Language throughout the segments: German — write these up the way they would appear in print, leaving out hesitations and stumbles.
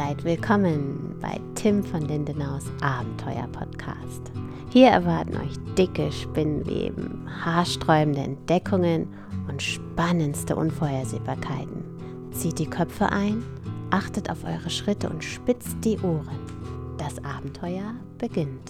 seid willkommen bei Tim von Lindenaus Abenteuer-Podcast. Hier erwarten euch dicke Spinnweben, haarsträubende Entdeckungen und spannendste Unvorhersehbarkeiten. Zieht die Köpfe ein, achtet auf eure Schritte und spitzt die Ohren. Das Abenteuer beginnt.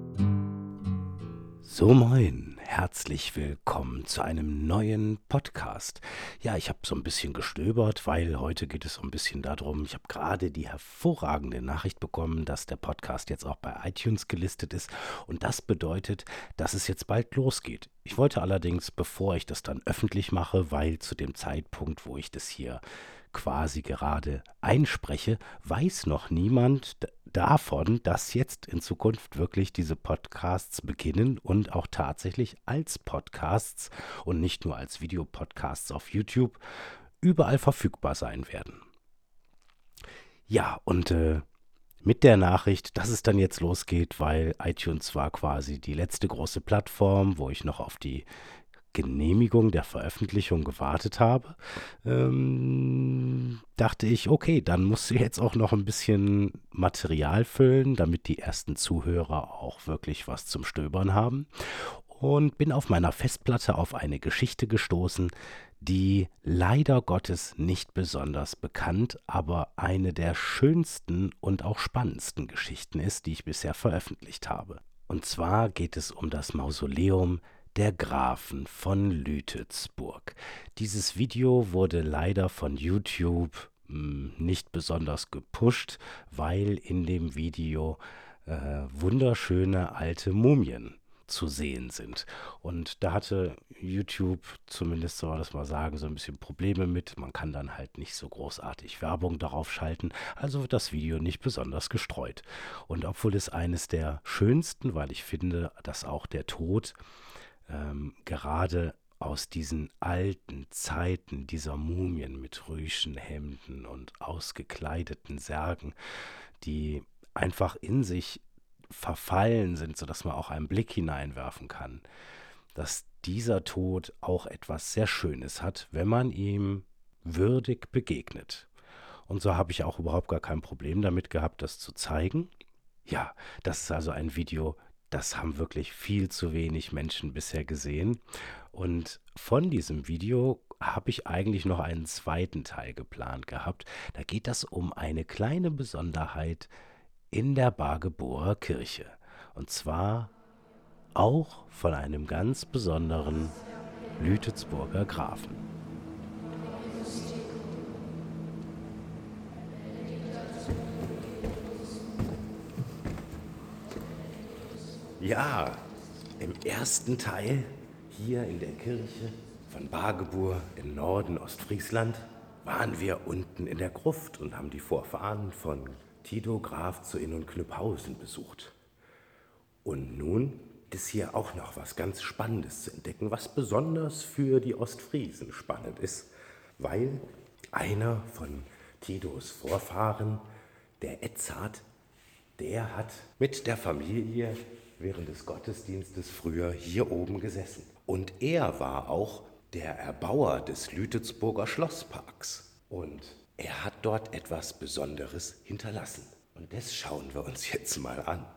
So moin, herzlich willkommen zu einem neuen Podcast. Ja, ich habe so ein bisschen gestöbert, weil heute geht es so ein bisschen darum, ich habe gerade die hervorragende Nachricht bekommen, dass der Podcast jetzt auch bei iTunes gelistet ist und das bedeutet, dass es jetzt bald losgeht. Ich wollte allerdings, bevor ich das dann öffentlich mache, weil zu dem Zeitpunkt, wo ich das hier quasi gerade einspreche, weiß noch niemand davon, dass jetzt in Zukunft wirklich diese Podcasts beginnen und auch tatsächlich als Podcasts und nicht nur als Videopodcasts auf YouTube überall verfügbar sein werden. Ja, und mit der Nachricht, dass es dann jetzt losgeht, weil iTunes war quasi die letzte große Plattform, wo ich noch auf die Genehmigung der Veröffentlichung gewartet habe, dachte ich, okay, dann musst du jetzt auch noch ein bisschen Material füllen, damit die ersten Zuhörer auch wirklich was zum Stöbern haben. Und bin auf meiner Festplatte auf eine Geschichte gestoßen, die leider Gottes nicht besonders bekannt, aber eine der schönsten und auch spannendsten Geschichten ist, die ich bisher veröffentlicht habe. Und zwar geht es um das Mausoleum der Grafen von Lütetsburg. Dieses Video wurde leider von YouTube nicht besonders gepusht, weil in dem Video wunderschöne alte Mumien zu sehen sind. Und da hatte YouTube, zumindest soll man das mal sagen, so ein bisschen Probleme mit. Man kann dann halt nicht so großartig Werbung darauf schalten, also wird das Video nicht besonders gestreut. Und obwohl es eines der schönsten, weil ich finde, dass auch der Tod gerade aus diesen alten Zeiten dieser Mumien mit Rüschenhemden und ausgekleideten Särgen, die einfach in sich verfallen sind, sodass man auch einen Blick hineinwerfen kann, dass dieser Tod auch etwas sehr Schönes hat, wenn man ihm würdig begegnet. Und so habe ich auch überhaupt gar kein Problem damit gehabt, das zu zeigen. Ja, das ist also ein Video, das haben wirklich viel zu wenig Menschen bisher gesehen. Und von diesem Video habe ich eigentlich noch einen zweiten Teil geplant gehabt. Da geht es um eine kleine Besonderheit in der Bargeborer Kirche. Und zwar auch von einem ganz besonderen Lütetsburger Grafen. Ja, im ersten Teil hier in der Kirche von Bargebur im Norden Ostfriesland waren wir unten in der Gruft und haben die Vorfahren von Tito Graf zu Inn- und Knüpphausen besucht. Und nun ist hier auch noch was ganz Spannendes zu entdecken, was besonders für die Ostfriesen spannend ist, weil einer von Titos Vorfahren, der Edzard, der hat mit der Familie während des Gottesdienstes früher hier oben gesessen. Und er war auch der Erbauer des Lütetsburger Schlossparks. Und er hat dort etwas Besonderes hinterlassen. Und das schauen wir uns jetzt mal an.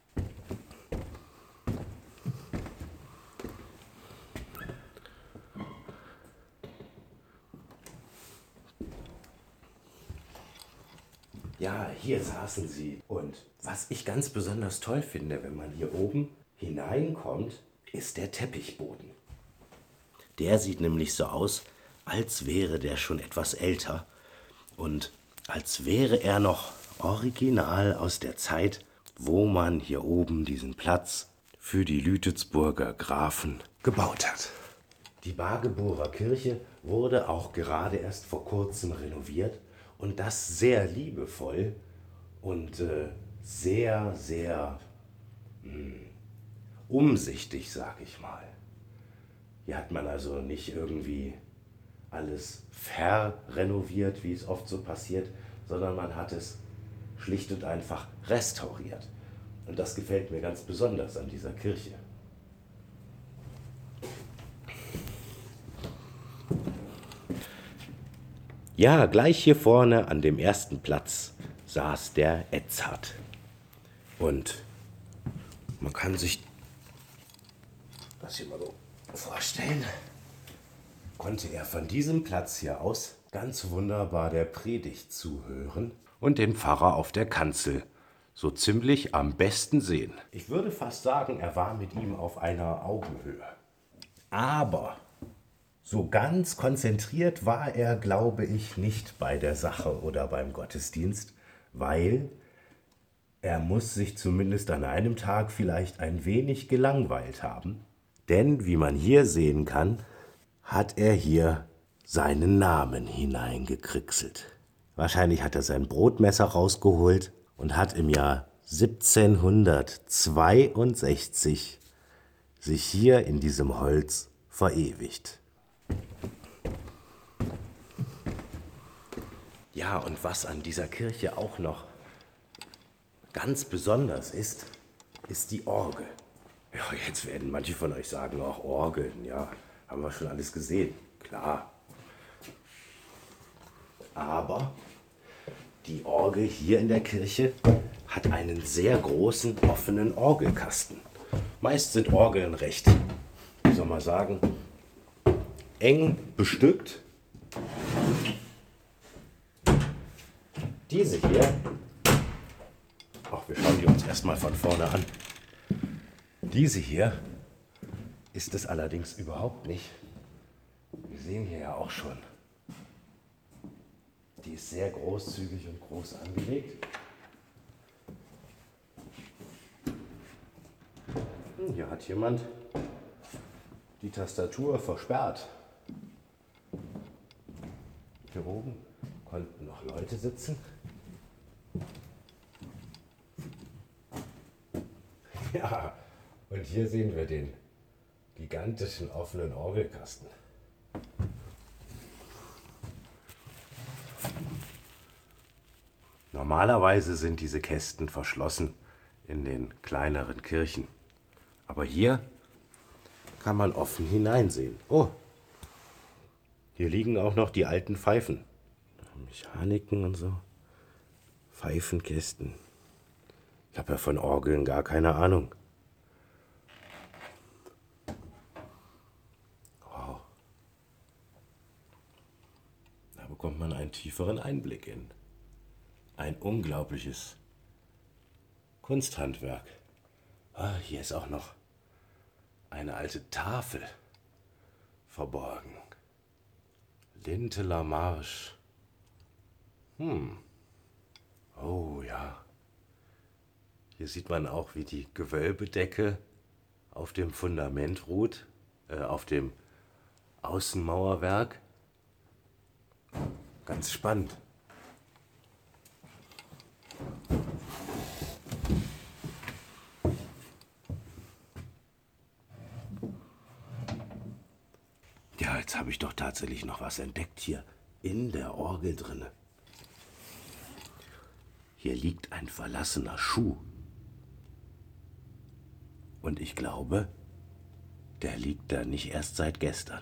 Ja, hier saßen sie. Und was ich ganz besonders toll finde, wenn man hier oben hineinkommt, ist der Teppichboden. Der sieht nämlich so aus, als wäre der schon etwas älter und als wäre er noch original aus der Zeit, wo man hier oben diesen Platz für die Lütetsburger Grafen gebaut hat. Die Bargeborer Kirche wurde auch gerade erst vor kurzem renoviert und das sehr liebevoll und sehr, sehr umsichtig, sag ich mal. Hier hat man also nicht irgendwie alles verrenoviert, wie es oft so passiert, sondern man hat es schlicht und einfach restauriert. Und das gefällt mir ganz besonders an dieser Kirche. Ja, gleich hier vorne an dem ersten Platz saß der Edzard. Und man kann sich das hier mal so vorstellen, konnte er von diesem Platz hier aus ganz wunderbar der Predigt zuhören und den Pfarrer auf der Kanzel so ziemlich am besten sehen. Ich würde fast sagen, er war mit ihm auf einer Augenhöhe. Aber so ganz konzentriert war er, glaube ich, nicht bei der Sache oder beim Gottesdienst, weil er muss sich zumindest an einem Tag vielleicht ein wenig gelangweilt haben. Denn, wie man hier sehen kann, hat er hier seinen Namen hineingekritzelt. Wahrscheinlich hat er sein Brotmesser rausgeholt und hat im Jahr 1762 sich hier in diesem Holz verewigt. Ja, und was an dieser Kirche auch noch ganz besonders ist, ist die Orgel. Ja, jetzt werden manche von euch sagen, ach, Orgeln, ja, haben wir schon alles gesehen. Klar. Aber die Orgel hier in der Kirche hat einen sehr großen, offenen Orgelkasten. Meist sind Orgeln recht, wie soll man sagen, eng bestückt. Diese hier, wir schauen die uns erstmal von vorne an. Diese hier ist es allerdings überhaupt nicht. Wir sehen hier ja auch schon, die ist sehr großzügig und groß angelegt. Hier hat jemand die Tastatur versperrt. Hier oben konnten noch Leute sitzen. Ja, und hier sehen wir den gigantischen offenen Orgelkasten. Normalerweise sind diese Kästen verschlossen in den kleineren Kirchen. Aber hier kann man offen hineinsehen. Oh, hier liegen auch noch die alten Pfeifen. Mechaniken und so. Pfeifenkästen. Ich habe ja von Orgeln gar keine Ahnung. Wow. Da bekommt man einen tieferen Einblick in ein unglaubliches Kunsthandwerk. Ah, hier ist auch noch eine alte Tafel verborgen. Linteler Marsch. Oh ja. Hier sieht man auch, wie die Gewölbedecke auf dem Fundament ruht, auf dem Außenmauerwerk. Ganz spannend. Ja, jetzt habe ich doch tatsächlich noch was entdeckt hier in der Orgel drinne. Hier liegt ein verlassener Schuh. Und ich glaube, der liegt da nicht erst seit gestern.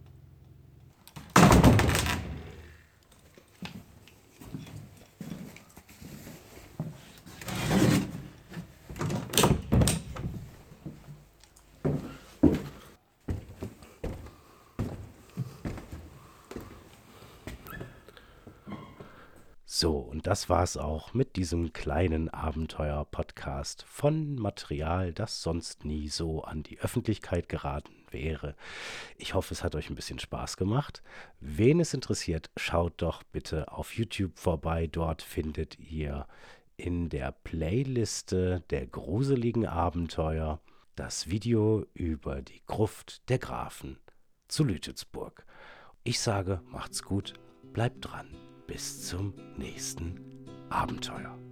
So, und das war's auch mit diesem kleinen Abenteuer-Podcast von Material, das sonst nie so an die Öffentlichkeit geraten wäre. Ich hoffe, es hat euch ein bisschen Spaß gemacht. Wen es interessiert, schaut doch bitte auf YouTube vorbei. Dort findet ihr in der Playliste der gruseligen Abenteuer das Video über die Gruft der Grafen zu Lütetsburg. Ich sage, macht's gut, bleibt dran. Bis zum nächsten Abenteuer.